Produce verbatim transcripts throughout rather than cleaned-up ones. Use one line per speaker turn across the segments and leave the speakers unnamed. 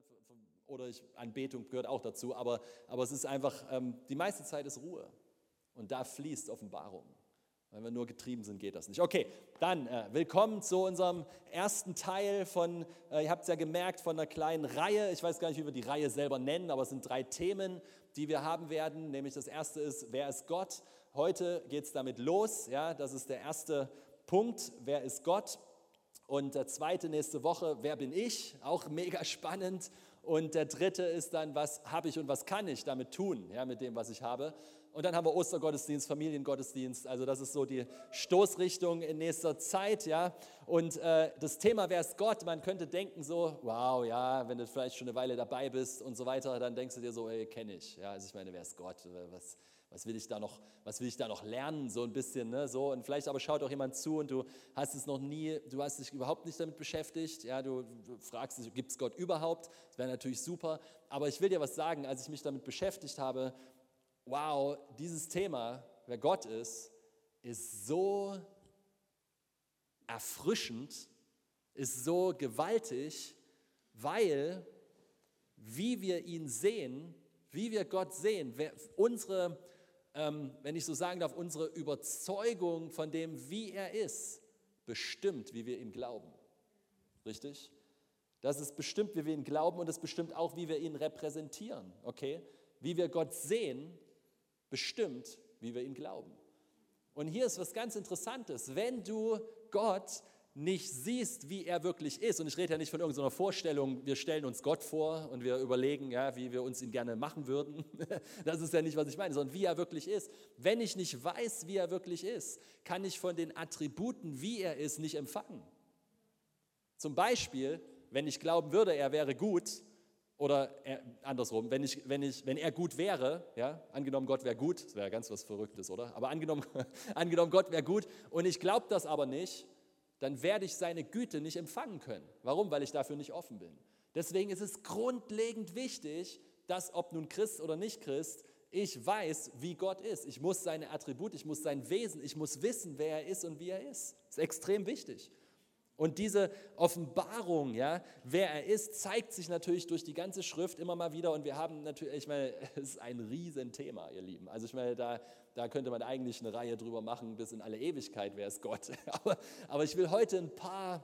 oder ich, Anbetung gehört auch dazu, aber, aber es ist einfach, ähm, die meiste Zeit ist Ruhe und da fließt Offenbarung. Wenn wir nur getrieben sind, geht das nicht. Okay, dann äh, willkommen zu unserem ersten Teil von, äh, ihr habt es ja gemerkt, von einer kleinen Reihe. Ich weiß gar nicht, wie wir die Reihe selber nennen, aber es sind drei Themen, die wir haben werden. Nämlich das erste ist, wer ist Gott? Heute geht es damit los. Ja, das ist der erste Punkt, wer ist Gott? Und der zweite nächste Woche, wer bin ich? Auch mega spannend. Und der dritte ist dann, was habe ich und was kann ich damit tun, ja, mit dem, was ich habe. Und dann haben wir Ostergottesdienst, Familiengottesdienst, also das ist so die Stoßrichtung in nächster Zeit, ja. Und äh, das Thema, wer ist Gott? Man könnte denken so, wow, ja, wenn du vielleicht schon eine Weile dabei bist und so weiter, dann denkst du dir so, ey, kenne ich, ja. Also ich meine, wer ist Gott? Was, was will ich da noch, was will ich da noch lernen, so ein bisschen, ne, so. Und vielleicht aber schaut auch jemand zu und du hast es noch nie, du hast dich überhaupt nicht damit beschäftigt, ja. Du, du fragst dich, gibt es Gott überhaupt? Das wäre natürlich super. Aber ich will dir was sagen, als ich mich damit beschäftigt habe, wow, dieses Thema, wer Gott ist, ist so erfrischend, ist so gewaltig, weil wie wir ihn sehen, wie wir Gott sehen, unsere, ähm, wenn ich so sagen darf, unsere Überzeugung von dem, wie er ist, bestimmt, wie wir ihm glauben. Richtig? Das ist bestimmt, wie wir ihn glauben und es bestimmt auch, wie wir ihn repräsentieren. Okay? Wie wir Gott sehen, bestimmt, wie wir ihm glauben. Und hier ist was ganz Interessantes. Wenn du Gott nicht siehst, wie er wirklich ist, und ich rede ja nicht von irgendeiner Vorstellung, wir stellen uns Gott vor und wir überlegen, ja, wie wir uns ihn gerne machen würden. Das ist ja nicht, was ich meine, sondern wie er wirklich ist. Wenn ich nicht weiß, wie er wirklich ist, kann ich von den Attributen, wie er ist, nicht empfangen. Zum Beispiel, wenn ich glauben würde, er wäre gut, oder er, andersrum, wenn, ich, wenn, ich, wenn er gut wäre, ja, angenommen Gott wäre gut, das wäre ganz was Verrücktes, oder? Aber angenommen, angenommen Gott wäre gut und ich glaube das aber nicht, dann werde ich seine Güte nicht empfangen können. Warum? Weil ich dafür nicht offen bin. Deswegen ist es grundlegend wichtig, dass, ob nun Christ oder nicht Christ, ich weiß, wie Gott ist. Ich muss seine Attribute, ich muss sein Wesen, ich muss wissen, wer er ist und wie er ist. Das ist extrem wichtig. Und diese Offenbarung, ja, wer er ist, zeigt sich natürlich durch die ganze Schrift immer mal wieder. Und wir haben natürlich, ich meine, es ist ein Riesenthema, ihr Lieben. Also ich meine, da, da könnte man eigentlich eine Reihe drüber machen, bis in alle Ewigkeit, wer ist Gott. Aber, aber ich will heute ein paar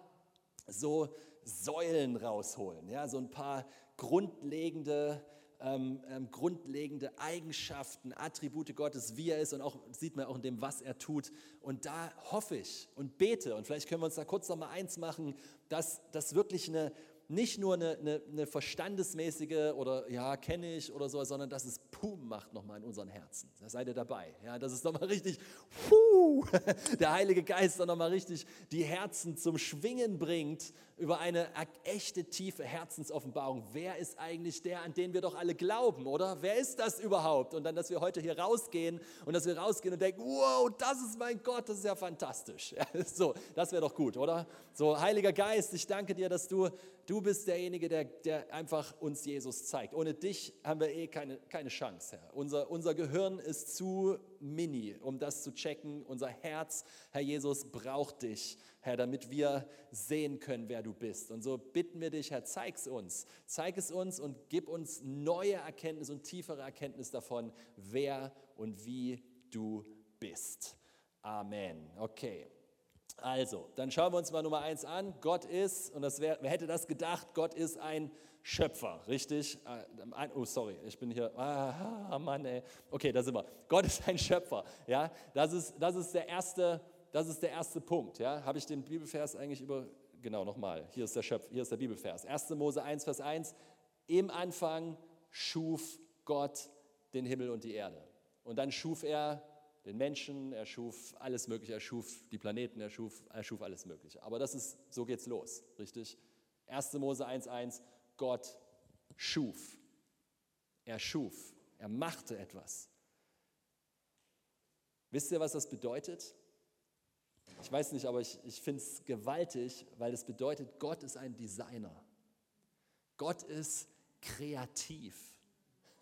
so Säulen rausholen, ja, so ein paar grundlegende Ähm, ähm, grundlegende Eigenschaften, Attribute Gottes, wie er ist und auch sieht man auch in dem, was er tut. Und da hoffe ich und bete und vielleicht können wir uns da kurz noch mal eins machen, dass das wirklich eine, nicht nur eine, eine, eine verstandesmäßige oder ja, kenne ich oder so, sondern dass es Pum macht nochmal in unseren Herzen. Da seid ihr dabei. Ja, dass es nochmal richtig, puh, der Heilige Geist dann nochmal richtig die Herzen zum Schwingen bringt über eine echte, tiefe Herzensoffenbarung. Wer ist eigentlich der, an den wir doch alle glauben, oder? Wer ist das überhaupt? Und dann, dass wir heute hier rausgehen und dass wir rausgehen und denken, wow, das ist mein Gott, das ist ja fantastisch. Ja, so, das wäre doch gut, oder? So, Heiliger Geist, ich danke dir, dass du, du bist derjenige, der, der einfach uns Jesus zeigt. Ohne dich haben wir eh keine, keine Chance, Herr. Unser, unser Gehirn ist zu mini, um das zu checken. Unser Herz, Herr Jesus, braucht dich, Herr, damit wir sehen können, wer du bist. Und so bitten wir dich, Herr, zeig es uns. Zeig es uns und gib uns neue Erkenntnis und tiefere Erkenntnis davon, wer und wie du bist. Amen. Okay. Also, dann schauen wir uns mal Nummer eins an. Gott ist, und das wär, wer hätte das gedacht, Gott ist ein Schöpfer, richtig? Oh, sorry, ich bin hier, ah, Mann, ey. Okay, da sind wir. Gott ist ein Schöpfer, ja? Das ist, das ist der erste, das ist der erste Punkt, ja? Habe ich den Bibelvers eigentlich über, genau, nochmal, hier ist der Schöpfer, hier ist der Bibelvers. erster Mose eins, Vers eins, im Anfang schuf Gott den Himmel und die Erde. Und dann schuf er den Menschen, er schuf alles Mögliche, er schuf die Planeten, er schuf, er schuf alles Mögliche. Aber das ist, so geht's los, richtig? erster Mose eins, eins, Gott schuf. Er schuf, er machte etwas. Wisst ihr, was das bedeutet? Ich weiß nicht, aber ich, ich finde es gewaltig, weil es bedeutet, Gott ist ein Designer. Gott ist kreativ.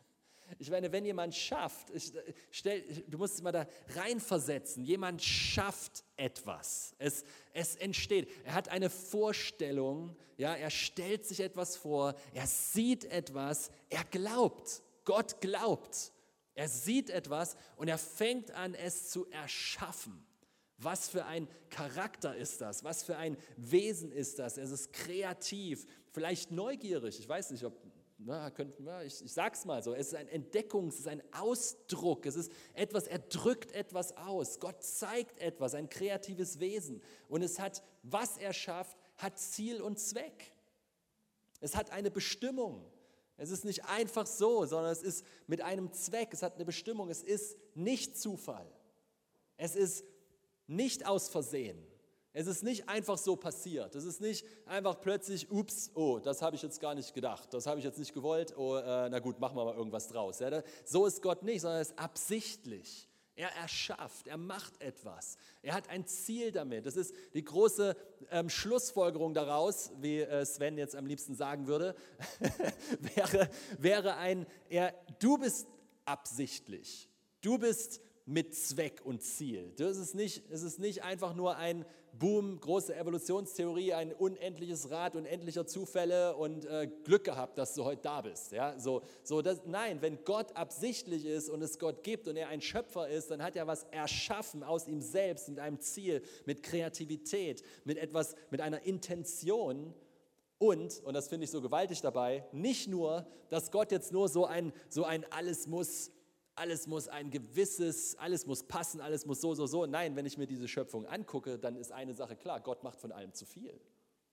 Ich meine, wenn jemand schafft, ich, stell, du musst dich mal da reinversetzen, jemand schafft etwas, es, es entsteht, er hat eine Vorstellung, ja, er stellt sich etwas vor, er sieht etwas, er glaubt, Gott glaubt, er sieht etwas und er fängt an, es zu erschaffen. Was für ein Charakter ist das? Was für ein Wesen ist das? Es ist kreativ, vielleicht neugierig, ich weiß nicht, ob... Na, könnt, na, ich, ich sag's mal so, es ist ein Entdeckungs-, es ist ein Ausdruck, es ist etwas, er drückt etwas aus. Gott zeigt etwas, ein kreatives Wesen. Und es hat, was er schafft, hat Ziel und Zweck. Es hat eine Bestimmung. Es ist nicht einfach so, sondern es ist mit einem Zweck, es hat eine Bestimmung. Es ist nicht Zufall. Es ist nicht aus Versehen. Es ist nicht einfach so passiert. Es ist nicht einfach plötzlich, ups, oh, das habe ich jetzt gar nicht gedacht, das habe ich jetzt nicht gewollt, oh, äh, na gut, machen wir mal irgendwas draus. Ja, da, so ist Gott nicht, sondern er ist absichtlich. Er erschafft, er macht etwas. Er hat ein Ziel damit. Das ist die große ähm, Schlussfolgerung daraus, wie äh, Sven jetzt am liebsten sagen würde, wäre, wäre ein, er, du bist absichtlich, du bist mit Zweck und Ziel. Das ist nicht, es ist nicht einfach nur ein Boom, große Evolutionstheorie, ein unendliches Rad unendlicher Zufälle und äh, Glück gehabt, dass du heute da bist. Ja, so, so das, nein, wenn Gott absichtlich ist und es Gott gibt und er ein Schöpfer ist, dann hat er was erschaffen aus ihm selbst mit einem Ziel, mit Kreativität, mit etwas, mit einer Intention. Und, und das finde ich so gewaltig dabei, nicht nur, dass Gott jetzt nur so ein, so ein alles muss, alles muss ein gewisses, alles muss passen, alles muss so, so, so. Nein, wenn ich mir diese Schöpfung angucke, dann ist eine Sache klar, Gott macht von allem zu viel.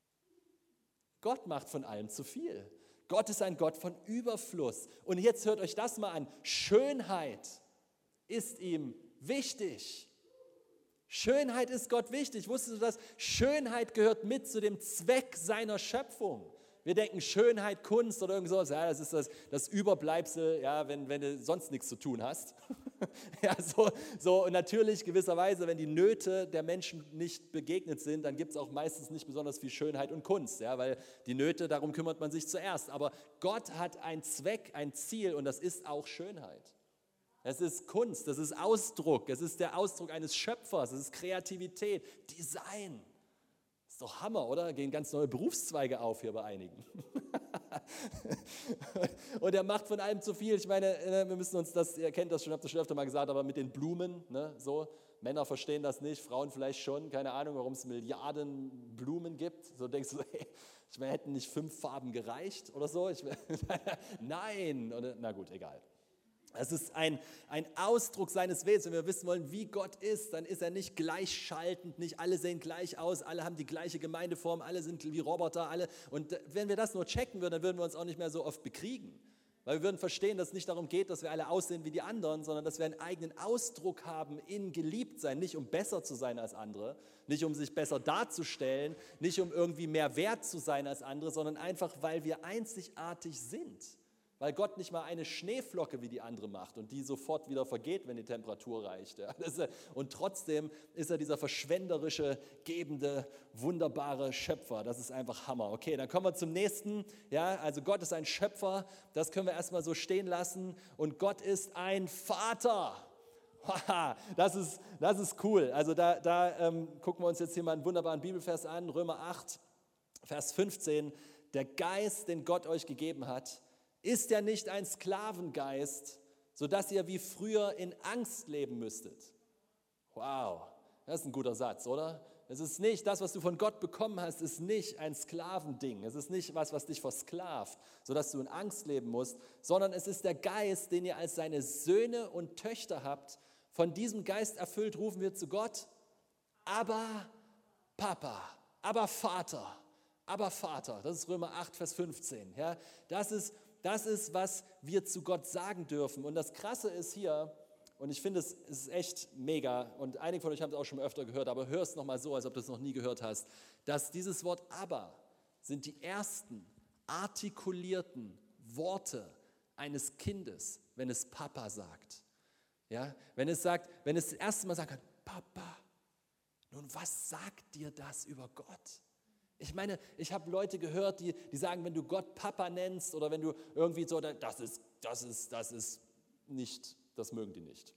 Gott macht von allem zu viel. Gott ist ein Gott von Überfluss. Und jetzt hört euch das mal an. Schönheit ist ihm wichtig. Schönheit ist Gott wichtig. Wusstest du das? Schönheit gehört mit zu dem Zweck seiner Schöpfung. Wir denken Schönheit, Kunst oder irgend sowas, ja, das ist das, das Überbleibsel, ja, wenn, wenn du sonst nichts zu tun hast. ja, so, so, und natürlich gewisserweise, wenn die Nöte der Menschen nicht begegnet sind, dann gibt es auch meistens nicht besonders viel Schönheit und Kunst, ja, weil die Nöte, darum kümmert man sich zuerst. Aber Gott hat einen Zweck, ein Ziel und das ist auch Schönheit. Es ist Kunst, das ist Ausdruck, es ist der Ausdruck eines Schöpfers, es ist Kreativität, Design. Ist doch Hammer, oder? Gehen ganz neue Berufszweige auf hier bei einigen. Und er macht von allem zu viel. Ich meine, wir müssen uns das, ihr kennt das schon, habt das schon öfter mal gesagt, aber mit den Blumen, ne, so, Männer verstehen das nicht, Frauen vielleicht schon, keine Ahnung, warum es Milliarden Blumen gibt. So denkst du, hey, ich meine, hätten nicht fünf Farben gereicht oder so? Ich meine, nein, oder, na gut, egal. Es ist ein, ein Ausdruck seines Wesens. Wenn wir wissen wollen, wie Gott ist, dann ist er nicht gleichschaltend, nicht alle sehen gleich aus, alle haben die gleiche Gemeindeform, alle sind wie Roboter, alle. Und wenn wir das nur checken würden, dann würden wir uns auch nicht mehr so oft bekriegen. Weil wir würden verstehen, dass es nicht darum geht, dass wir alle aussehen wie die anderen, sondern dass wir einen eigenen Ausdruck haben in Geliebtsein, nicht um besser zu sein als andere, nicht um sich besser darzustellen, nicht um irgendwie mehr wert zu sein als andere, sondern einfach, weil wir einzigartig sind. Weil Gott nicht mal eine Schneeflocke wie die andere macht und die sofort wieder vergeht, wenn die Temperatur reicht. Ja. Und trotzdem ist er dieser verschwenderische, gebende, wunderbare Schöpfer. Das ist einfach Hammer. Okay, dann kommen wir zum nächsten. Ja, also Gott ist ein Schöpfer, das können wir erstmal so stehen lassen. Und Gott ist ein Vater. Das ist, das ist cool. Also da, da ähm, gucken wir uns jetzt hier mal einen wunderbaren Bibelvers an. Römer acht, Vers fünfzehn. Der Geist, den Gott euch gegeben hat, ist ja nicht ein Sklavengeist, sodass ihr wie früher in Angst leben müsstet. Wow, das ist ein guter Satz, oder? Es ist nicht, das, was du von Gott bekommen hast, ist nicht ein Sklavending. Es ist nicht was, was dich versklavt, sodass du in Angst leben musst, sondern es ist der Geist, den ihr als seine Söhne und Töchter habt. Von diesem Geist erfüllt rufen wir zu Gott, aber Papa, aber Vater, aber Vater. Das ist Römer acht, Vers fünfzehn. Ja, das ist Das ist, was wir zu Gott sagen dürfen. Und das Krasse ist hier, und ich finde, es ist echt mega, und einige von euch haben es auch schon öfter gehört, aber hör es nochmal so, als ob du es noch nie gehört hast, dass dieses Wort aber sind die ersten artikulierten Worte eines Kindes, wenn es Papa sagt. Ja? Wenn es sagt, wenn es das erste Mal sagt, Papa, nun was sagt dir das über Gott? Ich meine, ich habe Leute gehört, die, die sagen, wenn du Gott Papa nennst oder wenn du irgendwie so, das ist, das ist, das ist nicht, das mögen die nicht.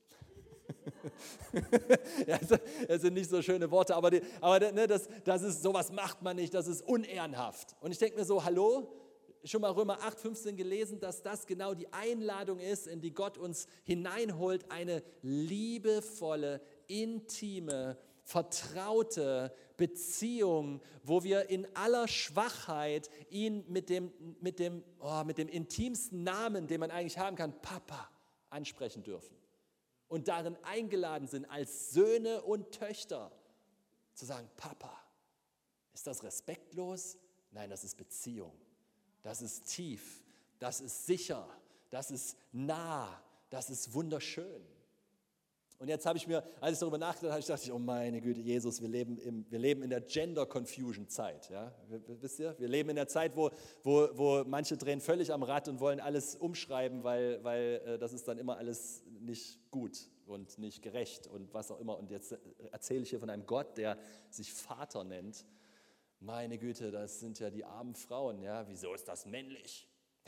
Ja, das sind nicht so schöne Worte, aber, die, aber ne, das, das ist, sowas macht man nicht, das ist unehrenhaft. Und ich denke mir so, hallo, schon mal Römer acht, fünfzehn gelesen, dass das genau die Einladung ist, in die Gott uns hineinholt, eine liebevolle, intime, vertraute Beziehung, wo wir in aller Schwachheit ihn mit dem, mit dem, oh, mit dem intimsten Namen, den man eigentlich haben kann, Papa, ansprechen dürfen. Und darin eingeladen sind, als Söhne und Töchter zu sagen, Papa, ist das respektlos? Nein, das ist Beziehung. Das ist tief, das ist sicher, das ist nah, das ist wunderschön. Und jetzt habe ich mir, als ich darüber nachgedacht habe, ich dachte, oh meine Güte, Jesus, wir leben, im, wir leben in der Gender-Confusion-Zeit. Ja? Wisst ihr? Wir leben in der Zeit, wo, wo, wo manche drehen völlig am Rad und wollen alles umschreiben, weil, weil äh, das ist dann immer alles nicht gut und nicht gerecht und was auch immer. Und jetzt erzähle ich hier von einem Gott, der sich Vater nennt. Meine Güte, das sind ja die armen Frauen. Ja? Wieso ist das männlich?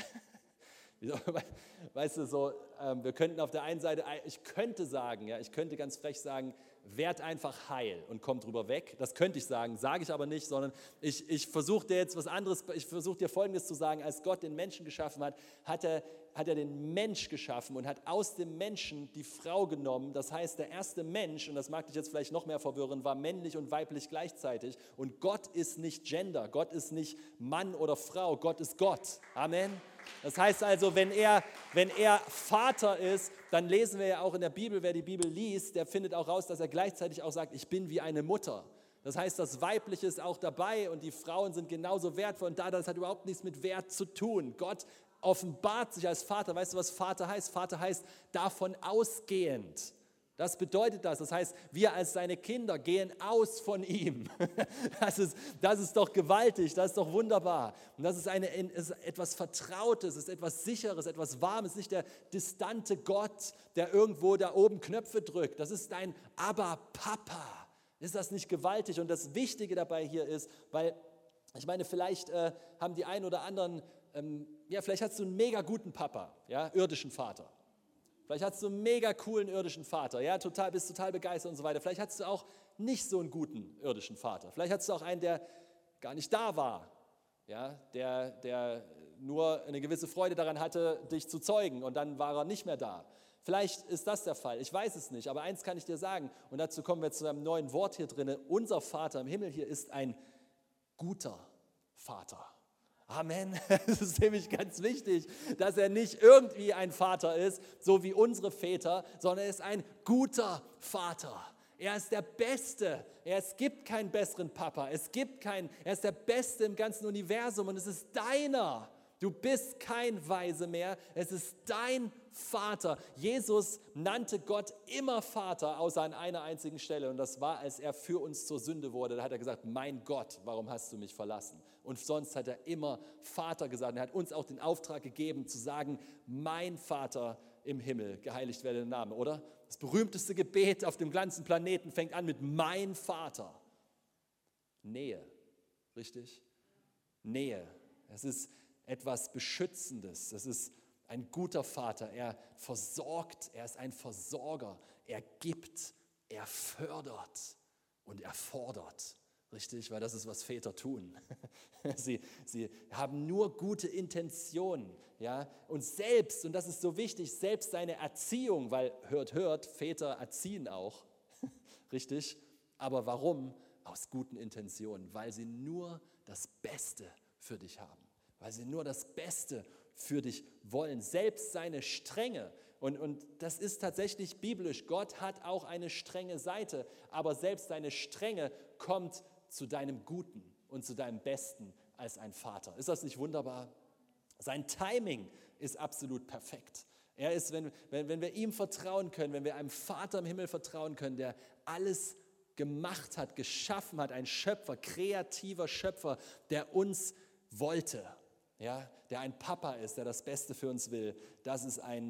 Weißt du, so, ähm, wir könnten auf der einen Seite, ich könnte sagen, ja, ich könnte ganz frech sagen, werd einfach heil und komm drüber weg. Das könnte ich sagen, sage ich aber nicht, sondern ich, ich versuche dir jetzt was anderes, ich versuche dir Folgendes zu sagen, als Gott den Menschen geschaffen hat, hat er, hat er den Mensch geschaffen und hat aus dem Menschen die Frau genommen. Das heißt, der erste Mensch, und das mag dich jetzt vielleicht noch mehr verwirren, war männlich und weiblich gleichzeitig. Und Gott ist nicht Gender, Gott ist nicht Mann oder Frau, Gott ist Gott. Amen. Das heißt also, wenn er, wenn er Vater ist, dann lesen wir ja auch in der Bibel, wer die Bibel liest, der findet auch raus, dass er gleichzeitig auch sagt, ich bin wie eine Mutter. Das heißt, das Weibliche ist auch dabei und die Frauen sind genauso wertvoll und da, das hat überhaupt nichts mit Wert zu tun. Gott offenbart sich als Vater. Weißt du, was Vater heißt? Vater heißt davon ausgehend. Das bedeutet das. Das heißt, wir als seine Kinder gehen aus von ihm. Das ist, das ist doch gewaltig, das ist doch wunderbar. Und das ist, eine, ist etwas Vertrautes, ist etwas Sicheres, etwas Warmes. Nicht der distante Gott, der irgendwo da oben Knöpfe drückt. Das ist dein Aber-Papa. Ist das nicht gewaltig? Und das Wichtige dabei hier ist, weil, ich meine, vielleicht äh, haben die einen oder anderen, ähm, ja, vielleicht hast du einen mega guten Papa, ja, irdischen Vater. Vielleicht hast du einen mega coolen irdischen Vater, ja, total, bist total begeistert und so weiter. Vielleicht hast du auch nicht so einen guten irdischen Vater. Vielleicht hast du auch einen, der gar nicht da war, ja, der, der nur eine gewisse Freude daran hatte, dich zu zeugen und dann war er nicht mehr da. Vielleicht ist das der Fall, ich weiß es nicht, aber eins kann ich dir sagen und dazu kommen wir zu einem neuen Wort hier drin. Unser Vater im Himmel hier ist ein guter Vater. Amen. Das ist nämlich ganz wichtig, dass er nicht irgendwie ein Vater ist, so wie unsere Väter, sondern er ist ein guter Vater. Er ist der Beste. Es gibt keinen besseren Papa. Es gibt keinen, er ist der Beste im ganzen Universum und es ist deiner. Du bist kein Weise mehr, es ist dein Vater. Jesus nannte Gott immer Vater, außer an einer einzigen Stelle. Und das war, als er für uns zur Sünde wurde. Da hat er gesagt, mein Gott, warum hast du mich verlassen? Und sonst hat er immer Vater gesagt. Und er hat uns auch den Auftrag gegeben, zu sagen, mein Vater im Himmel, geheiligt werde der Name, oder? Das berühmteste Gebet auf dem ganzen Planeten fängt an mit mein Vater. Nähe, richtig? Nähe. Es ist etwas Beschützendes. Es ist ein guter Vater. Er versorgt, er ist ein Versorger. Er gibt, er fördert und er fordert. Richtig, weil das ist, was Väter tun. Sie, sie haben nur gute Intentionen. Ja? Und selbst, und das ist so wichtig, selbst seine Erziehung, weil hört, hört, Väter erziehen auch. Richtig, aber warum? Aus guten Intentionen, weil sie nur das Beste für dich haben. Weil sie nur das Beste für dich wollen. Selbst seine Strenge, und, und das ist tatsächlich biblisch, Gott hat auch eine strenge Seite, aber selbst seine Strenge kommt zu deinem Guten und zu deinem Besten als ein Vater. Ist das nicht wunderbar? Sein Timing ist absolut perfekt. Er ist, wenn, wenn, wenn wir ihm vertrauen können, wenn wir einem Vater im Himmel vertrauen können, der alles gemacht hat, geschaffen hat, ein Schöpfer, kreativer Schöpfer, der uns wollte. Ja, der ein Papa ist, der das Beste für uns will, das ist ein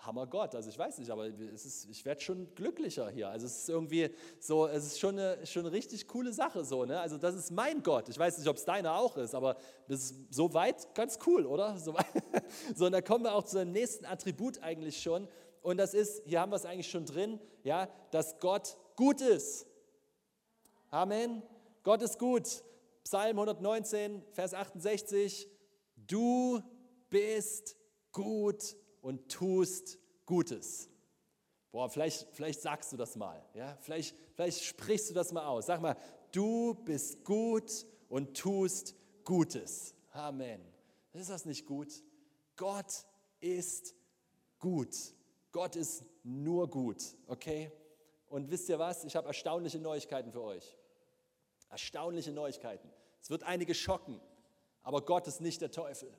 Hammer Gott. Also ich weiß nicht, aber es ist, ich werde schon glücklicher hier. Also es ist irgendwie so, es ist schon eine, schon eine richtig coole Sache so. Ne? Also das ist mein Gott. Ich weiß nicht, ob es deiner auch ist, aber das ist soweit ganz cool, oder? So, so, und da kommen wir auch zu dem nächsten Attribut eigentlich schon. Und das ist, hier haben wir es eigentlich schon drin, ja, dass Gott gut ist. Amen. Gott ist gut. Psalm hundertneunzehn, Vers achtundsechzig. Du bist gut und tust Gutes. Boah, vielleicht, vielleicht sagst du das mal. Ja? Vielleicht, vielleicht sprichst du das mal aus. Sag mal, du bist gut und tust Gutes. Amen. Ist das nicht gut? Gott ist gut. Gott ist nur gut, okay? Und wisst ihr was? Ich habe erstaunliche Neuigkeiten für euch. Erstaunliche Neuigkeiten. Es wird einige schocken, aber Gott ist nicht der Teufel.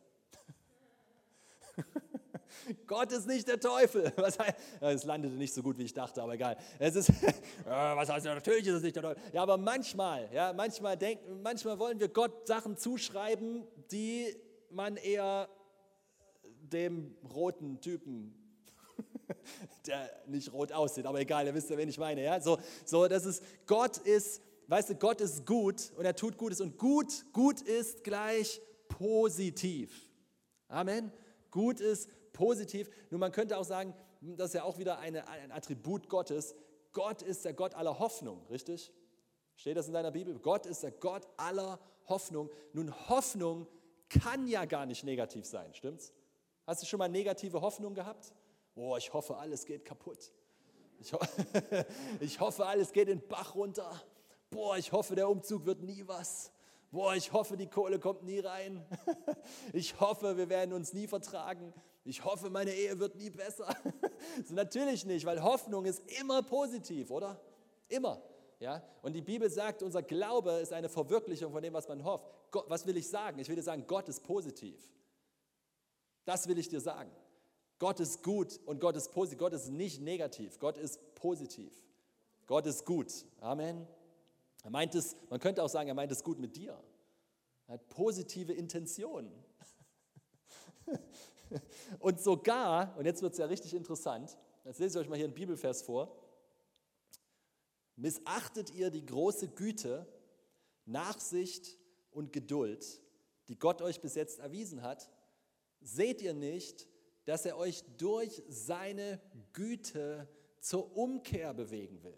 Gott ist nicht der Teufel. Was heißt, es landete nicht so gut, wie ich dachte, aber egal. Es ist, was heißt, natürlich ist es nicht der Teufel. Ja, aber manchmal, ja, manchmal, denken, manchmal wollen wir Gott Sachen zuschreiben, die man eher dem roten Typen, der nicht rot aussieht, aber egal, ihr wisst ja, wen ich meine. Ja? So, so, das ist, Gott ist, weißt du, Gott ist gut und er tut Gutes und gut, gut ist gleich positiv. Amen. Gut ist positiv. Nun, man könnte auch sagen, das ist ja auch wieder eine, ein Attribut Gottes. Gott ist der Gott aller Hoffnung, richtig? Steht das in deiner Bibel? Gott ist der Gott aller Hoffnung. Nun, Hoffnung kann ja gar nicht negativ sein, stimmt's? Hast du schon mal negative Hoffnung gehabt? Oh, ich hoffe, alles geht kaputt. Ich, ho- ich hoffe, alles geht in den Bach runter. Boah, ich hoffe, der Umzug wird nie was. Boah, ich hoffe, die Kohle kommt nie rein. Ich hoffe, wir werden uns nie vertragen. Ich hoffe, meine Ehe wird nie besser. So, natürlich nicht, weil Hoffnung ist immer positiv, oder? Immer. Ja? Und die Bibel sagt, unser Glaube ist eine Verwirklichung von dem, was man hofft. Gott, was will ich sagen? Ich will dir sagen, Gott ist positiv. Das will ich dir sagen. Gott ist gut und Gott ist positiv. Gott ist nicht negativ. Gott ist positiv. Gott ist gut. Amen. Er meint es, man könnte auch sagen, er meint es gut mit dir. Er hat positive Intentionen. Und sogar, und jetzt wird es ja richtig interessant, jetzt lese ich euch mal hier einen Bibelvers vor, missachtet ihr die große Güte, Nachsicht und Geduld, die Gott euch bis jetzt erwiesen hat, seht ihr nicht, dass er euch durch seine Güte zur Umkehr bewegen will?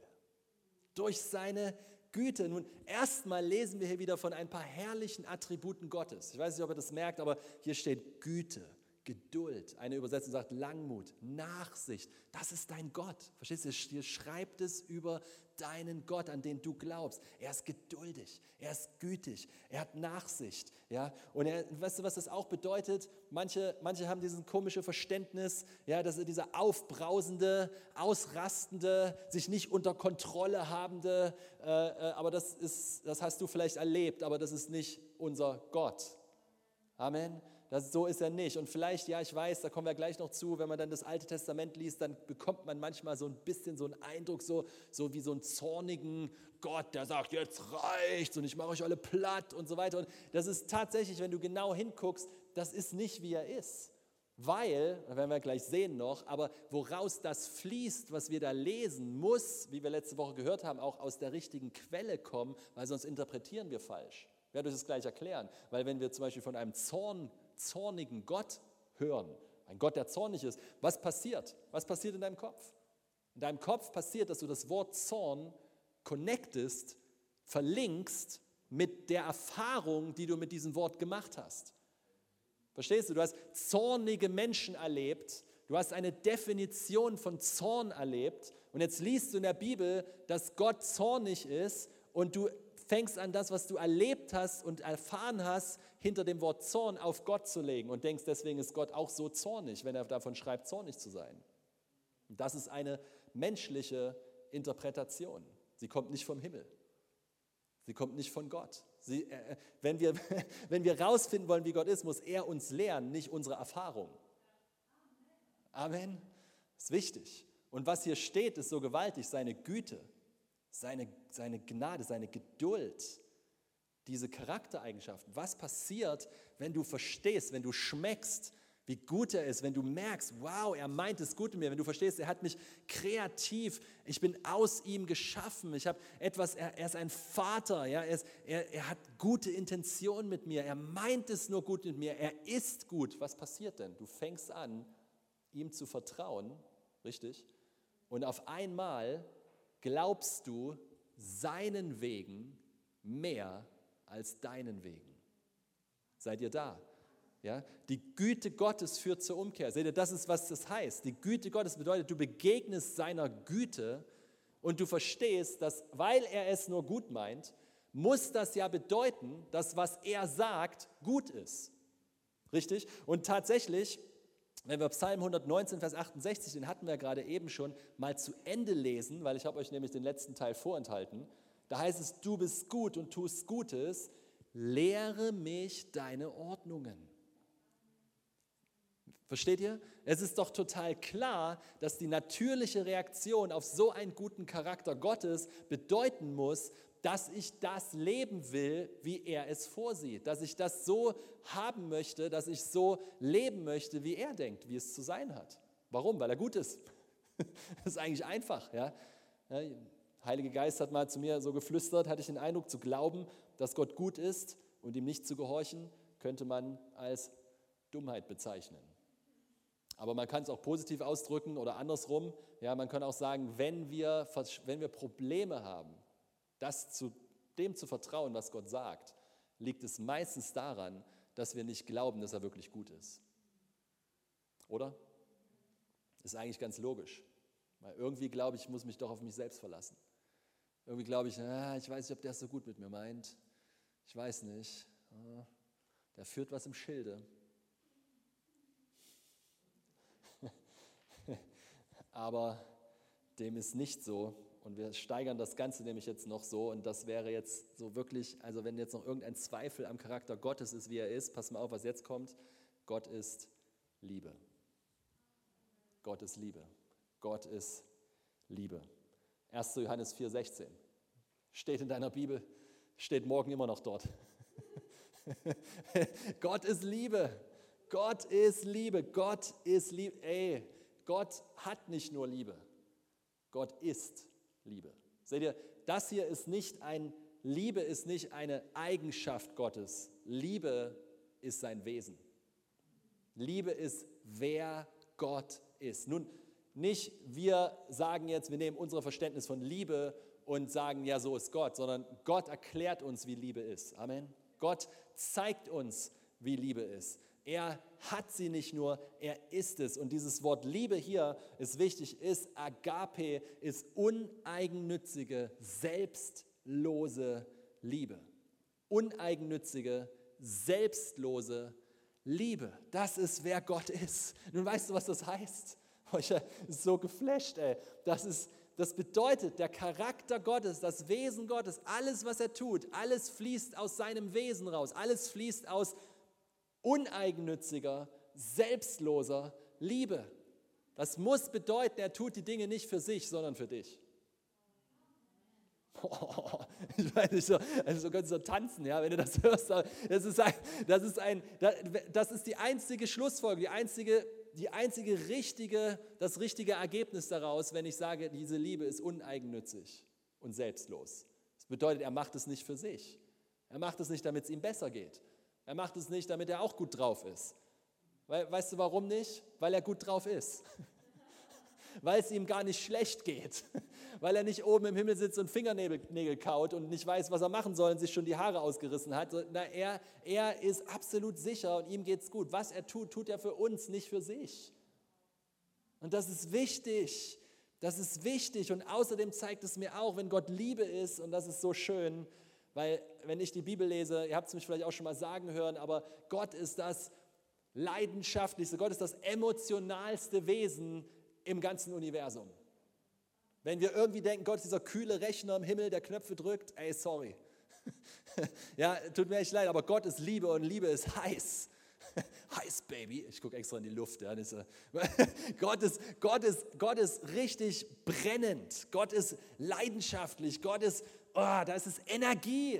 Durch seine Güte. Nun, erstmal lesen wir hier wieder von ein paar herrlichen Attributen Gottes. Ich weiß nicht, ob ihr das merkt, aber hier steht Güte, Geduld. Eine Übersetzung sagt Langmut, Nachsicht. Das ist dein Gott. Verstehst du? Hier schreibt es über deinen Gott, an den du glaubst. Er ist geduldig, er ist gütig, er hat Nachsicht. Ja? Und er, weißt du, was das auch bedeutet? Manche, manche haben dieses komische Verständnis, ja, dass er dieser aufbrausende, ausrastende, sich nicht unter Kontrolle habende, äh, äh, aber das, ist, das hast du vielleicht erlebt, aber das ist nicht unser Gott. Amen. Das, so ist er nicht. Und vielleicht, ja, ich weiß, da kommen wir gleich noch zu, wenn man dann das Alte Testament liest, dann bekommt man manchmal so ein bisschen so einen Eindruck, so, so wie so einen zornigen Gott, der sagt, jetzt reicht's und ich mache euch alle platt und so weiter. Und das ist tatsächlich, wenn du genau hinguckst, das ist nicht, wie er ist. Weil, das werden wir gleich sehen noch, aber woraus das fließt, was wir da lesen, muss, wie wir letzte Woche gehört haben, auch aus der richtigen Quelle kommen, weil sonst interpretieren wir falsch. Ich werde euch das gleich erklären, weil wenn wir zum Beispiel von einem Zorn, zornigen Gott hören, ein Gott, der zornig ist, was passiert? Was passiert in deinem Kopf? In deinem Kopf passiert, dass du das Wort Zorn connectest, verlinkst mit der Erfahrung, die du mit diesem Wort gemacht hast. Verstehst du? Du hast zornige Menschen erlebt, du hast eine Definition von Zorn erlebt und jetzt liest du in der Bibel, dass Gott zornig ist und du fängst an, das, was du erlebt hast und erfahren hast, hinter dem Wort Zorn auf Gott zu legen und denkst, deswegen ist Gott auch so zornig, wenn er davon schreibt, zornig zu sein. Und das ist eine menschliche Interpretation. Sie kommt nicht vom Himmel. Sie kommt nicht von Gott. Sie, äh, wenn wir, wenn wir rausfinden wollen, wie Gott ist, muss er uns lehren, nicht unsere Erfahrung. Amen. Das ist wichtig. Und was hier steht, ist so gewaltig, seine Güte. Seine, seine Gnade, seine Geduld, diese Charaktereigenschaften. Was passiert, wenn du verstehst, wenn du schmeckst, Wie gut er ist, wenn du merkst, wow, er meint es gut mit mir, wenn du verstehst, er hat mich kreativ, ich bin aus ihm geschaffen, ich habe etwas, er, er ist ein Vater, ja, er, ist, er, er hat gute Intentionen mit mir, er meint es nur gut mit mir, er ist gut. Was passiert denn? Du fängst an, ihm zu vertrauen, richtig? Und auf einmal glaubst du seinen Wegen mehr als deinen Wegen. Seid ihr da? Ja, die Güte Gottes führt zur Umkehr. Seht ihr, das ist, was das heißt. Die Güte Gottes bedeutet, du begegnest seiner Güte und du verstehst, dass, weil er es nur gut meint, muss das ja bedeuten, dass was er sagt, gut ist. Richtig? Und tatsächlich, wenn wir Psalm hundertneunzehn, Vers achtundsechzig, den hatten wir gerade eben schon, mal zu Ende lesen, weil ich habe euch nämlich den letzten Teil vorenthalten, da heißt es, du bist gut und tust Gutes, lehre mich deine Ordnungen. Versteht ihr? Es ist doch total klar, dass die natürliche Reaktion auf so einen guten Charakter Gottes bedeuten muss, dass ich das leben will, wie er es vorsieht. Dass ich das so haben möchte, dass ich so leben möchte, wie er denkt, wie es zu sein hat. Warum? Weil er gut ist. Das ist eigentlich einfach. Ja? Der Heilige Geist hat mal zu mir so geflüstert, hatte ich den Eindruck, zu glauben, dass Gott gut ist und ihm nicht zu gehorchen, könnte man als Dummheit bezeichnen. Aber man kann es auch positiv ausdrücken oder andersrum. Ja, man kann auch sagen, wenn wir, wenn wir Probleme haben, das zu dem zu vertrauen, was Gott sagt, liegt es meistens daran, dass wir nicht glauben, dass er wirklich gut ist. Oder? Ist eigentlich ganz logisch. Weil irgendwie glaube ich, ich muss mich doch auf mich selbst verlassen. Irgendwie glaube ich, ah, ich weiß nicht, ob der es so gut mit mir meint. Ich weiß nicht. Ah, der führt was im Schilde. Aber dem ist nicht so und wir steigern das Ganze nämlich jetzt noch so und das wäre jetzt so wirklich, also wenn jetzt noch irgendein Zweifel am Charakter Gottes ist, wie er ist, pass mal auf, was jetzt kommt, Gott ist Liebe. Gott ist Liebe. Gott ist Liebe. erster Johannes vier sechzehn. Steht in deiner Bibel, steht morgen immer noch dort. Gott ist Liebe. Gott ist Liebe. Gott ist Liebe. Ey, Gott hat nicht nur Liebe, Gott ist Liebe. Seht ihr, das hier ist nicht ein, Liebe ist nicht eine Eigenschaft Gottes, Liebe ist sein Wesen. Liebe ist, wer Gott ist. Nun, nicht wir sagen jetzt, wir nehmen unser Verständnis von Liebe und sagen, ja, so ist Gott, sondern Gott erklärt uns, wie Liebe ist. Amen. Gott zeigt uns, wie Liebe ist. Er hat sie nicht nur, er ist es. Und dieses Wort Liebe hier ist wichtig, ist Agape, ist uneigennützige, selbstlose Liebe. Uneigennützige, selbstlose Liebe. Das ist, wer Gott ist. Nun weißt du, was das heißt? Ich bin so geflasht, ey. Das ist, das bedeutet, der Charakter Gottes, das Wesen Gottes, alles, was er tut, alles fließt aus seinem Wesen raus. Alles fließt aus uneigennütziger, selbstloser Liebe. Das muss bedeuten, er tut die Dinge nicht für sich, sondern für dich. Oh, ich weiß nicht, so, also so kannst du so tanzen, ja, wenn du das hörst. Das ist, ein, das, ist ein, das ist die einzige Schlussfolgerung, die einzige, die einzige richtige, das richtige Ergebnis daraus, wenn ich sage, diese Liebe ist uneigennützig und selbstlos. Das bedeutet, er macht es nicht für sich. Er macht es nicht, damit es ihm besser geht. Er macht es nicht, damit er auch gut drauf ist. Weil, weißt du, warum nicht? Weil er gut drauf ist. Weil es ihm gar nicht schlecht geht. Weil er nicht oben im Himmel sitzt und Fingernägel Nägel kaut und nicht weiß, was er machen soll und sich schon die Haare ausgerissen hat. Na, er, er ist absolut sicher und ihm geht es gut. Was er tut, tut er für uns, nicht für sich. Und das ist wichtig. Das ist wichtig. Und außerdem zeigt es mir auch, wenn Gott Liebe ist, und das ist so schön, weil wenn ich die Bibel lese, ihr habt es mich vielleicht auch schon mal sagen hören, aber Gott ist das leidenschaftlichste, Gott ist das emotionalste Wesen im ganzen Universum. Wenn wir irgendwie denken, Gott ist dieser kühle Rechner im Himmel, der Knöpfe drückt, ey, sorry. Ja, tut mir echt leid, aber Gott ist Liebe und Liebe ist heiß. Heiß, Baby. Ich gucke extra in die Luft. Ja, das ist, Gott, ist, Gott, ist, Gott ist richtig brennend. Gott ist leidenschaftlich. Gott ist, oh, da ist es Energie.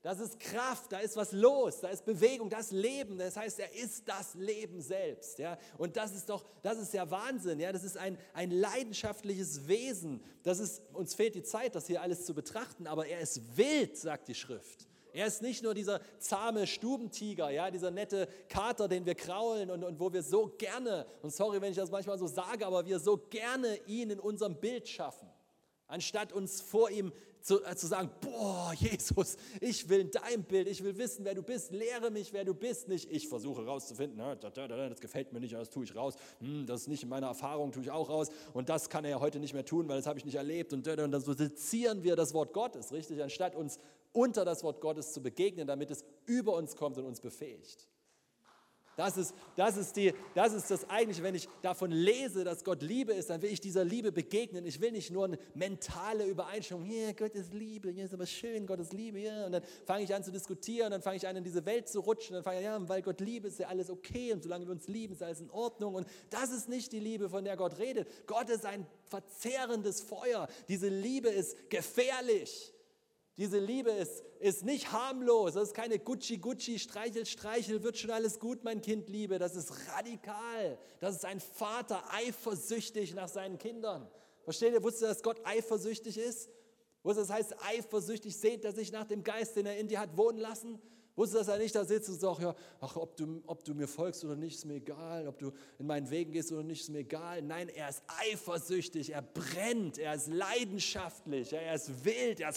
Das ist Kraft, da ist was los, da ist Bewegung, das Leben. Das heißt, er ist das Leben selbst. Ja? Und das ist doch, das ist ja Wahnsinn. Ja? Das ist ein, ein leidenschaftliches Wesen. Das ist, uns fehlt die Zeit, das hier alles zu betrachten, aber er ist wild, sagt die Schrift. Er ist nicht nur dieser zahme Stubentiger, ja, dieser nette Kater, den wir kraulen und, und wo wir so gerne, und sorry, wenn ich das manchmal so sage, aber wir so gerne ihn in unserem Bild schaffen, anstatt uns vor ihm zu, äh, zu sagen, boah, Jesus, ich will in deinem Bild, ich will wissen, wer du bist, lehre mich, wer du bist, nicht ich versuche rauszufinden, das gefällt mir nicht, das tue ich raus, hm, das ist nicht in meiner Erfahrung, tue ich auch raus und das kann er ja heute nicht mehr tun, weil das habe ich nicht erlebt und, und dann so sezieren wir das Wort Gottes, richtig, anstatt uns unter das Wort Gottes zu begegnen, damit es über uns kommt und uns befähigt. Das ist, das, ist die, das ist das Eigentliche, wenn ich davon lese, dass Gott Liebe ist, dann will ich dieser Liebe begegnen. Ich will nicht nur eine mentale Übereinstimmung, yeah, Gott ist Liebe, ja, ist aber schön, Gott ist Liebe, ja. Und dann fange ich an zu diskutieren, dann fange ich an in diese Welt zu rutschen, dann fange ich an, ja, weil Gott Liebe ist ja alles okay und solange wir uns lieben, ist alles in Ordnung. Und das ist nicht die Liebe, von der Gott redet. Gott ist ein verzehrendes Feuer. Diese Liebe ist gefährlich. Diese Liebe ist, ist nicht harmlos, das ist keine Gucci, Gucci, Streichel, Streichel, wird schon alles gut, mein Kind, Liebe. Das ist radikal. Das ist ein Vater eifersüchtig nach seinen Kindern. Versteht ihr, wusstet ihr, dass Gott eifersüchtig ist? Wusstet ihr, das heißt eifersüchtig, sehnt er sich nach dem Geist, den er in dir hat wohnen lassen? Wusstest du, dass er nicht da sitzt und sagt, ja, ach, ob du, ob du mir folgst oder nicht, ist mir egal, ob du in meinen Wegen gehst oder nicht, ist mir egal. Nein, er ist eifersüchtig, er brennt, er ist leidenschaftlich, er ist wild, er ist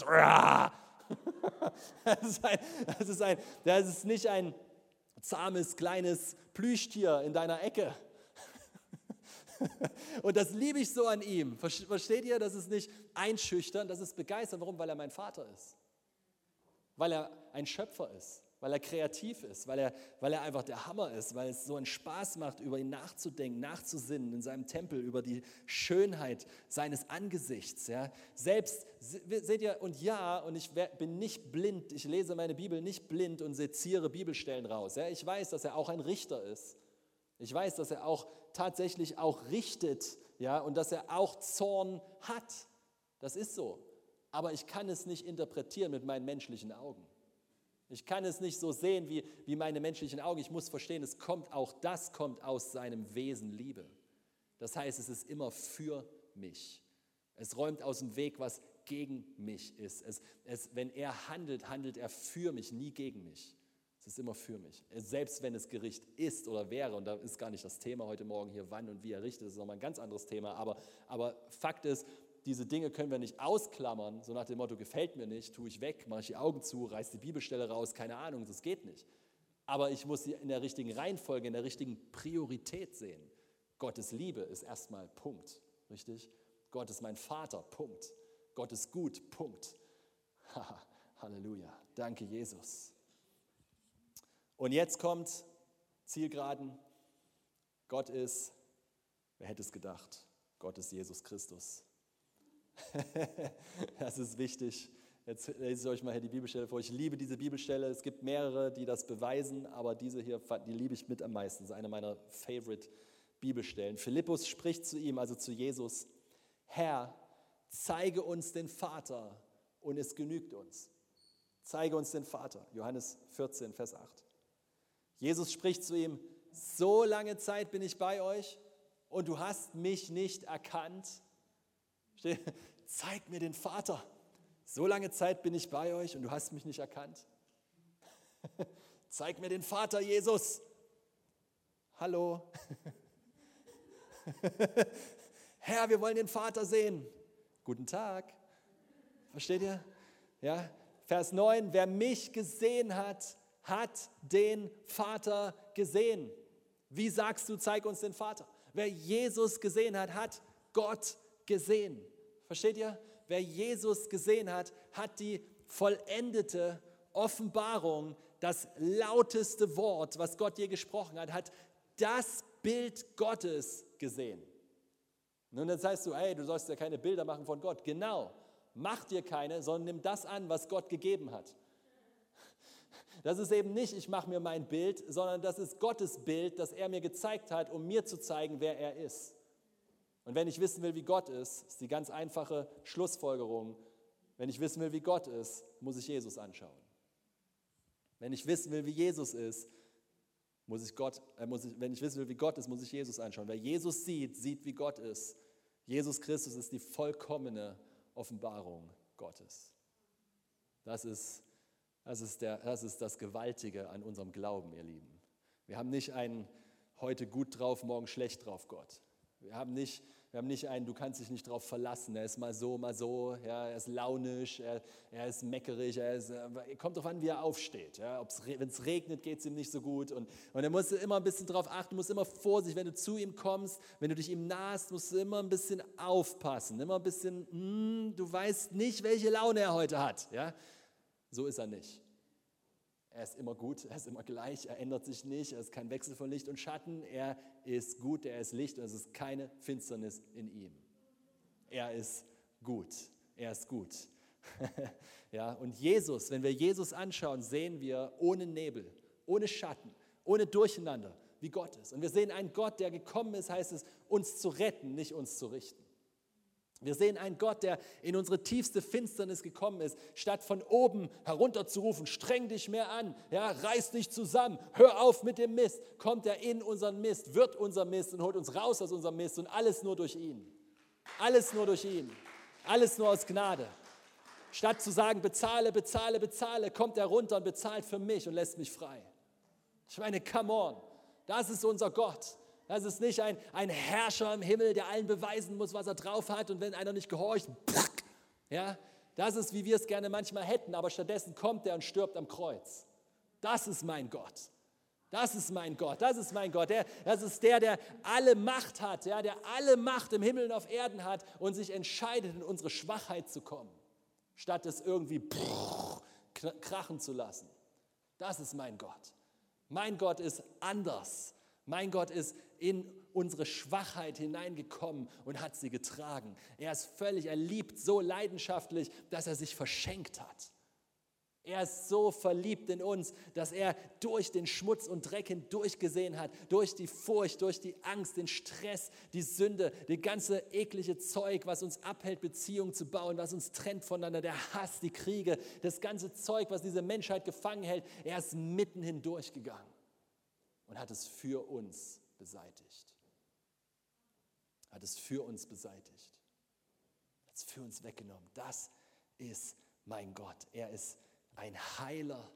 das ist, ein, das ist, ein, das ist nicht ein zahmes, kleines Plüschtier in deiner Ecke. Und das liebe ich so an ihm. Versteht ihr, das ist nicht einschüchtern, das ist begeistern. Warum? Weil er mein Vater ist. Weil er ein Schöpfer ist, weil er kreativ ist, weil er, weil er einfach der Hammer ist, weil es so einen Spaß macht, über ihn nachzudenken, nachzusinnen in seinem Tempel, über die Schönheit seines Angesichts. Ja. Selbst, seht ihr, und ja, und ich bin nicht blind, ich lese meine Bibel nicht blind und seziere Bibelstellen raus. Ja. Ich weiß, dass er auch ein Richter ist. Ich weiß, dass er auch tatsächlich auch richtet, ja, und dass er auch Zorn hat. Das ist so. Aber ich kann es nicht interpretieren mit meinen menschlichen Augen. Ich kann es nicht so sehen wie, wie meine menschlichen Augen. Ich muss verstehen, es kommt, auch das kommt aus seinem Wesen Liebe. Das heißt, es ist immer für mich. Es räumt aus dem Weg, was gegen mich ist. Es, es, wenn er handelt, handelt er für mich, nie gegen mich. Es ist immer für mich. Selbst wenn es Gericht ist oder wäre, und da ist gar nicht das Thema heute Morgen hier, wann und wie er richtet, das ist nochmal ein ganz anderes Thema. Aber, aber Fakt ist, diese Dinge können wir nicht ausklammern, so nach dem Motto, gefällt mir nicht, tue ich weg, mache ich die Augen zu, reiße die Bibelstelle raus, keine Ahnung, das geht nicht. Aber ich muss sie in der richtigen Reihenfolge, in der richtigen Priorität sehen. Gottes Liebe ist erstmal Punkt, richtig? Gott ist mein Vater, Punkt. Gott ist gut, Punkt. Halleluja, danke Jesus. Und jetzt kommt Zielgeraden, Gott ist, wer hätte es gedacht, Gott ist Jesus Christus. Das ist wichtig. Jetzt lese ich euch mal hier die Bibelstelle vor. Ich liebe diese Bibelstelle. Es gibt mehrere, die das beweisen, aber diese hier, die liebe ich mit am meisten. Das ist eine meiner Favorite Bibelstellen. Philippus spricht zu ihm, also zu Jesus: Herr, zeige uns den Vater und es genügt uns. Zeige uns den Vater. Johannes vierzehn, Vers acht. Jesus spricht zu ihm: So lange Zeit bin ich bei euch und du hast mich nicht erkannt. Zeig mir den Vater. So lange Zeit bin ich bei euch und du hast mich nicht erkannt. Zeig mir den Vater, Jesus. Hallo. Herr, wir wollen den Vater sehen. Guten Tag. Versteht ihr? Ja? Vers neun, wer mich gesehen hat, hat den Vater gesehen. Wie sagst du, zeig uns den Vater? Wer Jesus gesehen hat, hat Gott gesehen. Versteht ihr? Wer Jesus gesehen hat, hat die vollendete Offenbarung, das lauteste Wort, was Gott je gesprochen hat, hat das Bild Gottes gesehen. Nun, dann sagst du, hey, du sollst ja keine Bilder machen von Gott. Genau, mach dir keine, sondern nimm das an, was Gott gegeben hat. Das ist eben nicht, ich mache mir mein Bild, sondern das ist Gottes Bild, das er mir gezeigt hat, um mir zu zeigen, wer er ist. Und wenn ich wissen will, wie Gott ist, ist die ganz einfache Schlussfolgerung, wenn ich wissen will, wie Gott ist, muss ich Jesus anschauen. Wenn ich wissen will, wie Jesus ist, muss ich Gott, äh, muss ich, wenn ich wissen will, wie Gott ist, muss ich Jesus anschauen. Wer Jesus sieht, sieht, wie Gott ist. Jesus Christus ist die vollkommene Offenbarung Gottes. Das ist, das ist, der, das ist das Gewaltige an unserem Glauben, ihr Lieben. Wir haben nicht einen heute gut drauf, morgen schlecht drauf Gott. Wir haben nicht, wir haben nicht einen, du kannst dich nicht drauf verlassen. Er ist mal so, mal so, ja, er ist launisch, er, er ist meckerig, er ist, kommt darauf an, wie er aufsteht. Ja, wenn es regnet, geht es ihm nicht so gut. Und, und er muss immer ein bisschen drauf achten, muss immer vorsichtig, wenn du zu ihm kommst, wenn du dich ihm nahest, musst du immer ein bisschen aufpassen. Immer ein bisschen, hm, du weißt nicht, welche Laune er heute hat. Ja? So ist er nicht. Er ist immer gut, er ist immer gleich, er ändert sich nicht, er ist kein Wechsel von Licht und Schatten, er ist gut, er ist Licht und es ist keine Finsternis in ihm. Er ist gut, er ist gut. Ja, und Jesus, wenn wir Jesus anschauen, sehen wir ohne Nebel, ohne Schatten, ohne Durcheinander, wie Gott ist. Und wir sehen einen Gott, der gekommen ist, heißt es, uns zu retten, nicht uns zu richten. Wir sehen einen Gott, der in unsere tiefste Finsternis gekommen ist, statt von oben herunterzurufen, streng dich mehr an, ja, reiß dich zusammen, hör auf mit dem Mist, kommt er in unseren Mist, wird unser Mist und holt uns raus aus unserem Mist und alles nur durch ihn. Alles nur durch ihn. Alles nur aus Gnade. Statt zu sagen, bezahle, bezahle, bezahle, kommt er runter und bezahlt für mich und lässt mich frei. Ich meine, come on, das ist unser Gott. Das ist nicht ein, ein Herrscher im Himmel, der allen beweisen muss, was er drauf hat und wenn einer nicht gehorcht, pack, ja, das ist, wie wir es gerne manchmal hätten, aber stattdessen kommt er und stirbt am Kreuz. Das ist mein Gott. Das ist mein Gott, das ist mein Gott. Der, das ist der, der alle Macht hat, ja, der alle Macht im Himmel und auf Erden hat und sich entscheidet, in unsere Schwachheit zu kommen, statt es irgendwie krachen zu lassen. Das ist mein Gott. Mein Gott ist anders. Mein Gott ist in unsere Schwachheit hineingekommen und hat sie getragen. Er ist völlig, er liebt so leidenschaftlich, dass er sich verschenkt hat. Er ist so verliebt in uns, dass er durch den Schmutz und Dreck hindurchgesehen hat, durch die Furcht, durch die Angst, den Stress, die Sünde, das ganze eklige Zeug, was uns abhält, Beziehungen zu bauen, was uns trennt voneinander, der Hass, die Kriege, das ganze Zeug, was diese Menschheit gefangen hält. Er ist mitten hindurchgegangen und hat es für uns beseitigt. Hat es für uns beseitigt. Hat es für uns weggenommen. Das ist mein Gott. Er ist ein Heiler.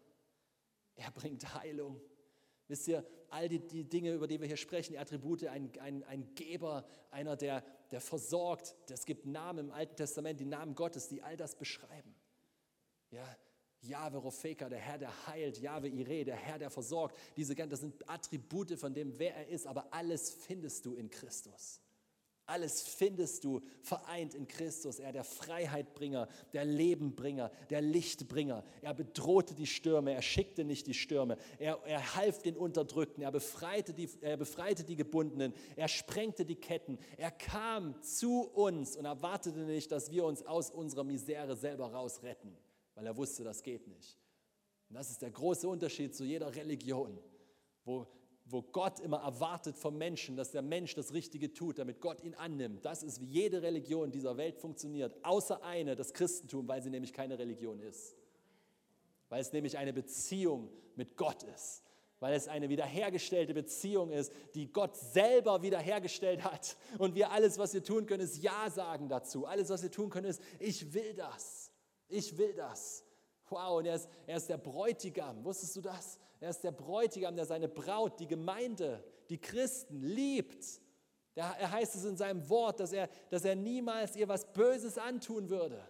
Er bringt Heilung. Wisst ihr, all die, die Dinge, über die wir hier sprechen, die Attribute, ein, ein, ein Geber, einer, der, der versorgt. Es gibt Namen im Alten Testament, die Namen Gottes, die all das beschreiben. Ja, Jahwe Ropheka, der Herr, der heilt, Jahwe Ireh, der Herr, der versorgt. Diese, das sind Attribute von dem, wer er ist, aber alles findest du in Christus. Alles findest du vereint in Christus. Er der Freiheitbringer, der Lebenbringer, der Lichtbringer. Er bedrohte die Stürme, er schickte nicht die Stürme. Er, er half den Unterdrückten, er befreite, die, er befreite die Gebundenen, er sprengte die Ketten. Er kam zu uns und erwartete nicht, dass wir uns aus unserer Misere selber rausretten, weil er wusste, das geht nicht. Und das ist der große Unterschied zu jeder Religion, wo wo Gott immer erwartet vom Menschen, dass der Mensch das Richtige tut, damit Gott ihn annimmt. Das ist, wie jede Religion dieser Welt funktioniert, außer eine, das Christentum, weil sie nämlich keine Religion ist. Weil es nämlich eine Beziehung mit Gott ist. Weil es eine wiederhergestellte Beziehung ist, die Gott selber wiederhergestellt hat. Und wir alles, was wir tun können, ist Ja sagen dazu. Alles, was wir tun können, ist, ich will das. Ich will das. Wow, und er ist, er ist der Bräutigam. Wusstest du das? Er ist der Bräutigam, der seine Braut, die Gemeinde, die Christen liebt. Er heißt es in seinem Wort, dass er, dass er niemals ihr was Böses antun würde.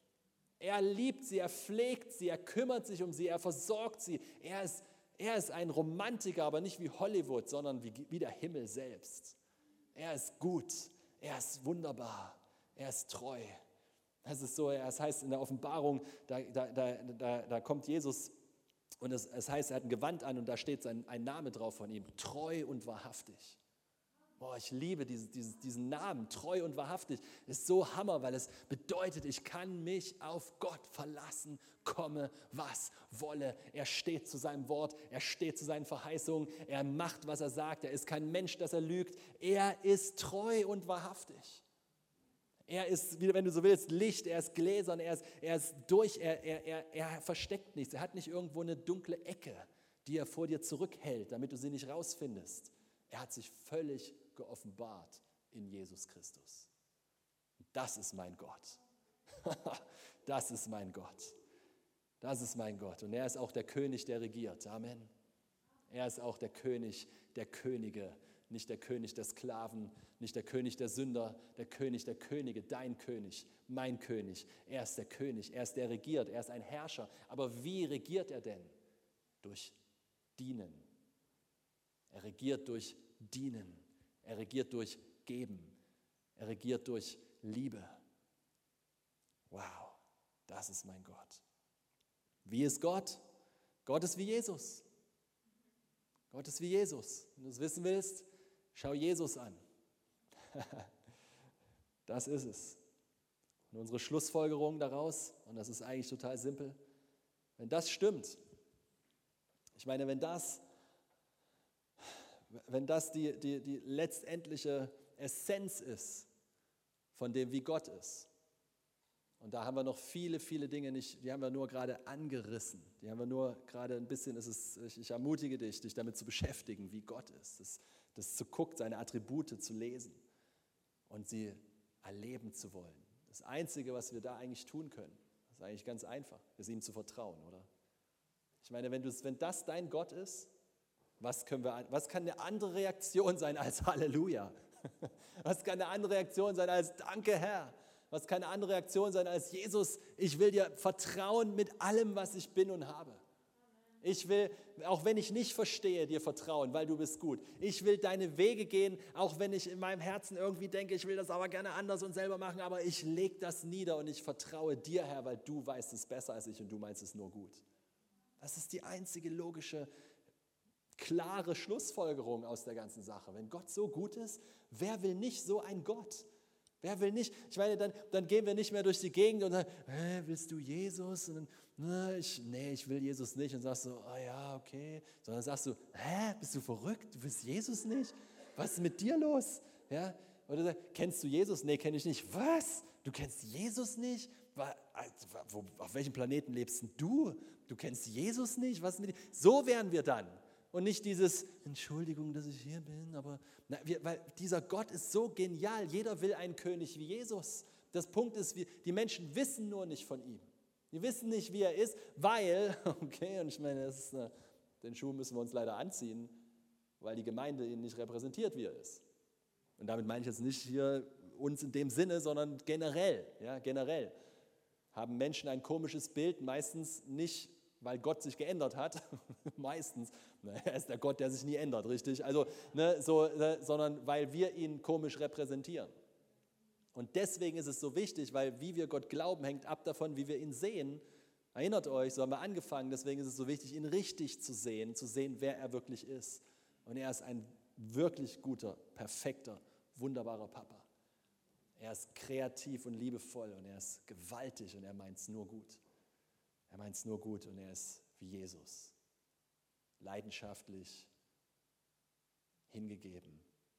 Er liebt sie, er pflegt sie, er kümmert sich um sie, er versorgt sie. Er ist, er ist ein Romantiker, aber nicht wie Hollywood, sondern wie, wie der Himmel selbst. Er ist gut, er ist wunderbar, er ist treu. Das ist so, es heißt in der Offenbarung, da, da, da, da, da kommt Jesus. Und es, es heißt, er hat ein Gewand an und da steht sein, ein Name drauf von ihm, treu und wahrhaftig. Boah, ich liebe diese, diese, diesen Namen, treu und wahrhaftig. Ist so Hammer, weil es bedeutet, ich kann mich auf Gott verlassen, komme, was wolle. Er steht zu seinem Wort, er steht zu seinen Verheißungen, er macht, was er sagt. Er ist kein Mensch, dass er lügt. Er ist treu und wahrhaftig. Er ist, wenn du so willst, Licht, er ist gläsern, er ist, er ist durch, er, er, er, er versteckt nichts. Er hat nicht irgendwo eine dunkle Ecke, die er vor dir zurückhält, damit du sie nicht rausfindest. Er hat sich völlig geoffenbart in Jesus Christus. Das ist mein Gott. Das ist mein Gott. Das ist mein Gott. Und er ist auch der König, der regiert. Amen. Er ist auch der König der Könige, nicht der König der Sklaven, nicht der König der Sünder, der König der Könige, dein König, mein König. Er ist der König, er ist der regiert, er ist ein Herrscher. Aber wie regiert er denn? Durch Dienen. Er regiert durch Dienen. Er regiert durch Geben. Er regiert durch Liebe. Wow, das ist mein Gott. Wie ist Gott? Gott ist wie Jesus. Gott ist wie Jesus. Wenn du es wissen willst, schau Jesus an. Das ist es. Und unsere Schlussfolgerung daraus, und das ist eigentlich total simpel, wenn das stimmt, ich meine, wenn das, wenn das die, die, die letztendliche Essenz ist von dem, wie Gott ist, und da haben wir noch viele, viele Dinge nicht, die haben wir nur gerade angerissen. Die haben wir nur gerade ein bisschen, es ist, ich, ich ermutige dich, dich damit zu beschäftigen, wie Gott ist. Das, das zu gucken, seine Attribute zu lesen und sie erleben zu wollen. Das Einzige, was wir da eigentlich tun können, ist eigentlich ganz einfach, ist ihm zu vertrauen, oder? Ich meine, wenn, wenn das dein Gott ist, was, können wir, was kann eine andere Reaktion sein als Halleluja? Was kann eine andere Reaktion sein als Danke, Herr? Was kann eine andere Reaktion sein als Jesus, ich will dir vertrauen mit allem, was ich bin und habe. Ich will, auch wenn ich nicht verstehe, dir vertrauen, weil du bist gut. Ich will deine Wege gehen, auch wenn ich in meinem Herzen irgendwie denke, ich will das aber gerne anders und selber machen, aber ich lege das nieder und ich vertraue dir, Herr, weil du weißt es besser als ich und du meinst es nur gut. Das ist die einzige logische, klare Schlussfolgerung aus der ganzen Sache. Wenn Gott so gut ist, wer will nicht so ein Gott? Wer will nicht? Ich meine, dann, dann gehen wir nicht mehr durch die Gegend und sagen, hey, willst du Jesus? Und dann, na, ich, nee, ich will Jesus nicht. Und sagst du, oh ja, okay. Sondern sagst du, hä, bist du verrückt? Du willst Jesus nicht? Was ist mit dir los? Ja? Oder sagst, kennst du Jesus? Nee, kenne ich nicht. Was? Du kennst Jesus nicht? Wo, auf welchem Planeten lebst denn du? Du kennst Jesus nicht? Was ist mit dir? So wären wir dann. Und nicht dieses, Entschuldigung, dass ich hier bin, aber na, wir, weil dieser Gott ist so genial. Jeder will einen König wie Jesus. Das Punkt ist, wir, die Menschen wissen nur nicht von ihm. Die wissen nicht, wie er ist, weil, okay, und ich meine, das ist eine, den Schuh müssen wir uns leider anziehen, weil die Gemeinde ihn nicht repräsentiert, wie er ist. Und damit meine ich jetzt nicht hier uns in dem Sinne, sondern generell, ja, generell haben Menschen ein komisches Bild, meistens nicht, weil Gott sich geändert hat, meistens, ne, er ist der Gott, der sich nie ändert, richtig, also, ne, so, ne, sondern weil wir ihn komisch repräsentieren. Und deswegen ist es so wichtig, weil wie wir Gott glauben, hängt ab davon, wie wir ihn sehen. Erinnert euch, so haben wir angefangen, deswegen ist es so wichtig, ihn richtig zu sehen, zu sehen, wer er wirklich ist. Und er ist ein wirklich guter, perfekter, wunderbarer Papa. Er ist kreativ und liebevoll und er ist gewaltig und er meint es nur gut. Er meint es nur gut und er ist wie Jesus. Leidenschaftlich, hingegeben,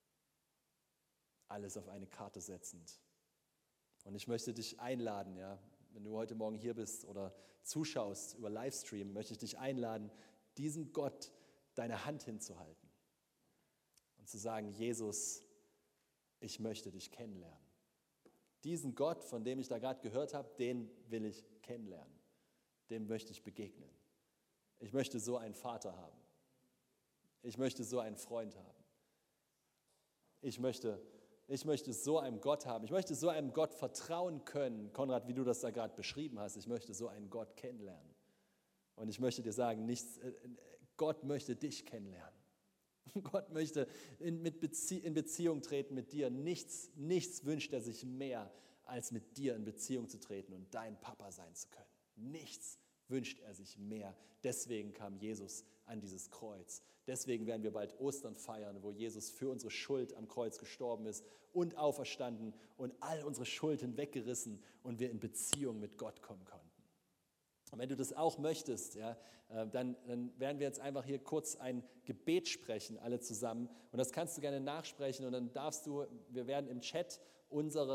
alles auf eine Karte setzend. Und ich möchte dich einladen, ja, wenn du heute Morgen hier bist oder zuschaust über Livestream, möchte ich dich einladen, diesem Gott deine Hand hinzuhalten und zu sagen, Jesus, ich möchte dich kennenlernen. Diesen Gott, von dem ich da gerade gehört habe, den will ich kennenlernen. Dem möchte ich begegnen. Ich möchte so einen Vater haben. Ich möchte so einen Freund haben. Ich möchte, ich möchte so einem Gott haben. Ich möchte so einem Gott vertrauen können. Konrad, wie du das da gerade beschrieben hast, ich möchte so einen Gott kennenlernen. Und ich möchte dir sagen, nichts, Gott möchte dich kennenlernen. Gott möchte in, mit Bezie- in Beziehung treten mit dir. Nichts, nichts wünscht er sich mehr, als mit dir in Beziehung zu treten und dein Papa sein zu können. Nichts wünscht er sich mehr. Deswegen kam Jesus an dieses Kreuz. Deswegen werden wir bald Ostern feiern, wo Jesus für unsere Schuld am Kreuz gestorben ist und auferstanden und all unsere Schuld hinweggerissen und wir in Beziehung mit Gott kommen konnten. Und wenn du das auch möchtest, ja, dann, dann werden wir jetzt einfach hier kurz ein Gebet sprechen, alle zusammen. Und das kannst du gerne nachsprechen und dann darfst du, wir werden im Chat unsere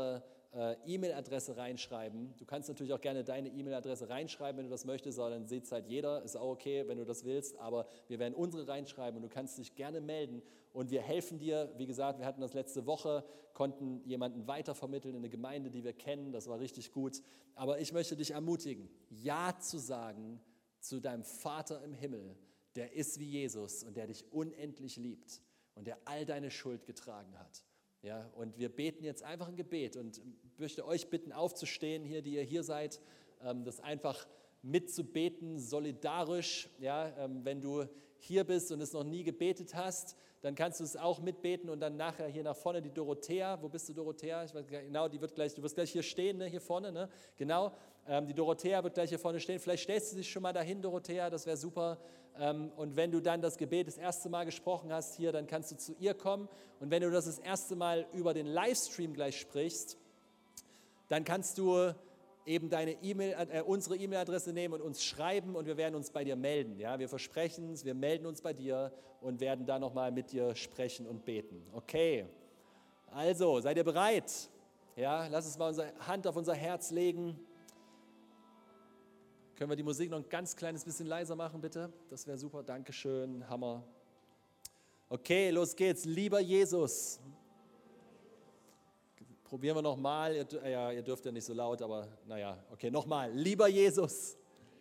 äh, E-Mail-Adresse reinschreiben. Du kannst natürlich auch gerne deine E-Mail-Adresse reinschreiben, wenn du das möchtest, aber dann sieht es halt jeder, ist auch okay, wenn du das willst, aber wir werden unsere reinschreiben und du kannst dich gerne melden und wir helfen dir. Wie gesagt, wir hatten das letzte Woche, konnten jemanden weitervermitteln in eine Gemeinde, die wir kennen, das war richtig gut, aber ich möchte dich ermutigen, Ja zu sagen zu deinem Vater im Himmel, der ist wie Jesus und der dich unendlich liebt und der all deine Schuld getragen hat. Ja, und wir beten jetzt einfach ein Gebet und möchte euch bitten, aufzustehen, hier, die ihr hier seid, ähm, das einfach mitzubeten, solidarisch. Ja, ähm, wenn du hier bist und es noch nie gebetet hast, dann kannst du es auch mitbeten und dann nachher hier nach vorne die Dorothea. Wo bist du, Dorothea? Ich weiß genau, die wird gleich, du wirst gleich hier stehen, ne, hier vorne. Ne? Genau, ähm, die Dorothea wird gleich hier vorne stehen. Vielleicht stellst du dich schon mal dahin, Dorothea, das wäre super. Ähm, und wenn du dann das Gebet das erste Mal gesprochen hast hier, dann kannst du zu ihr kommen. Und wenn du das das erste Mal über den Livestream gleich sprichst, dann kannst du eben deine E-Mail, äh, unsere E-Mail-Adresse nehmen und uns schreiben und wir werden uns bei dir melden. Ja? Wir versprechen es, wir melden uns bei dir und werden da nochmal mit dir sprechen und beten. Okay, also seid ihr bereit? Ja, lass uns mal unsere Hand auf unser Herz legen. Können wir die Musik noch ein ganz kleines bisschen leiser machen, bitte? Das wäre super, Dankeschön, Hammer. Okay, los geht's. Lieber Jesus. Probieren wir nochmal. Ihr, ja, ihr dürft ja nicht so laut, aber naja, okay, nochmal. Lieber Jesus,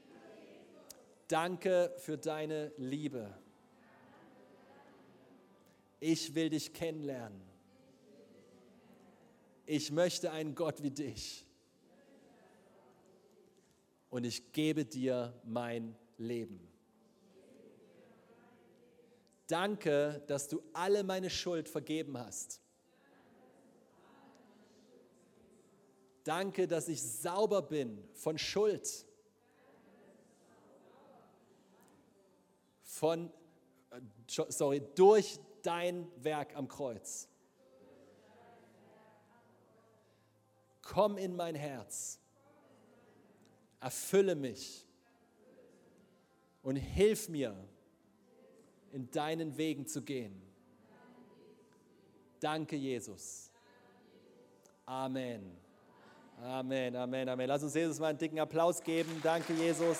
danke für deine Liebe. Ich will dich kennenlernen. Ich möchte einen Gott wie dich. Und ich gebe dir mein Leben. Danke, dass du alle meine Schuld vergeben hast. Danke, dass ich sauber bin von Schuld. Von, sorry, durch dein Werk am Kreuz. Komm in mein Herz. Erfülle mich und hilf mir, in deinen Wegen zu gehen. Danke, Jesus. Amen. Amen, Amen, Amen. Lass uns Jesus mal einen dicken Applaus geben. Danke, Jesus.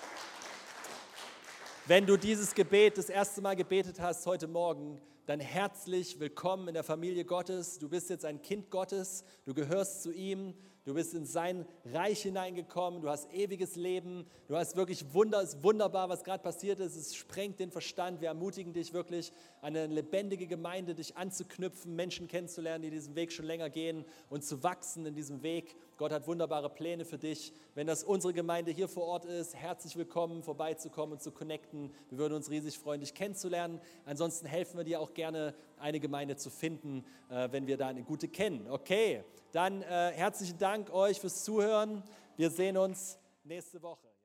Wenn du dieses Gebet das erste Mal gebetet hast heute Morgen, dann herzlich willkommen in der Familie Gottes. Du bist jetzt ein Kind Gottes, du gehörst zu ihm. Du bist in sein Reich hineingekommen, du hast ewiges Leben, du hast wirklich Wunder, es ist wunderbar, was gerade passiert ist, es sprengt den Verstand. Wir ermutigen dich wirklich, eine lebendige Gemeinde, dich anzuknüpfen, Menschen kennenzulernen, die diesen Weg schon länger gehen und zu wachsen in diesem Weg. Gott hat wunderbare Pläne für dich. Wenn das unsere Gemeinde hier vor Ort ist, herzlich willkommen, vorbeizukommen und zu connecten. Wir würden uns riesig freuen, dich kennenzulernen. Ansonsten helfen wir dir auch gerne, eine Gemeinde zu finden, wenn wir da eine gute kennen. Okay, dann äh, herzlichen Dank euch fürs Zuhören. Wir sehen uns nächste Woche.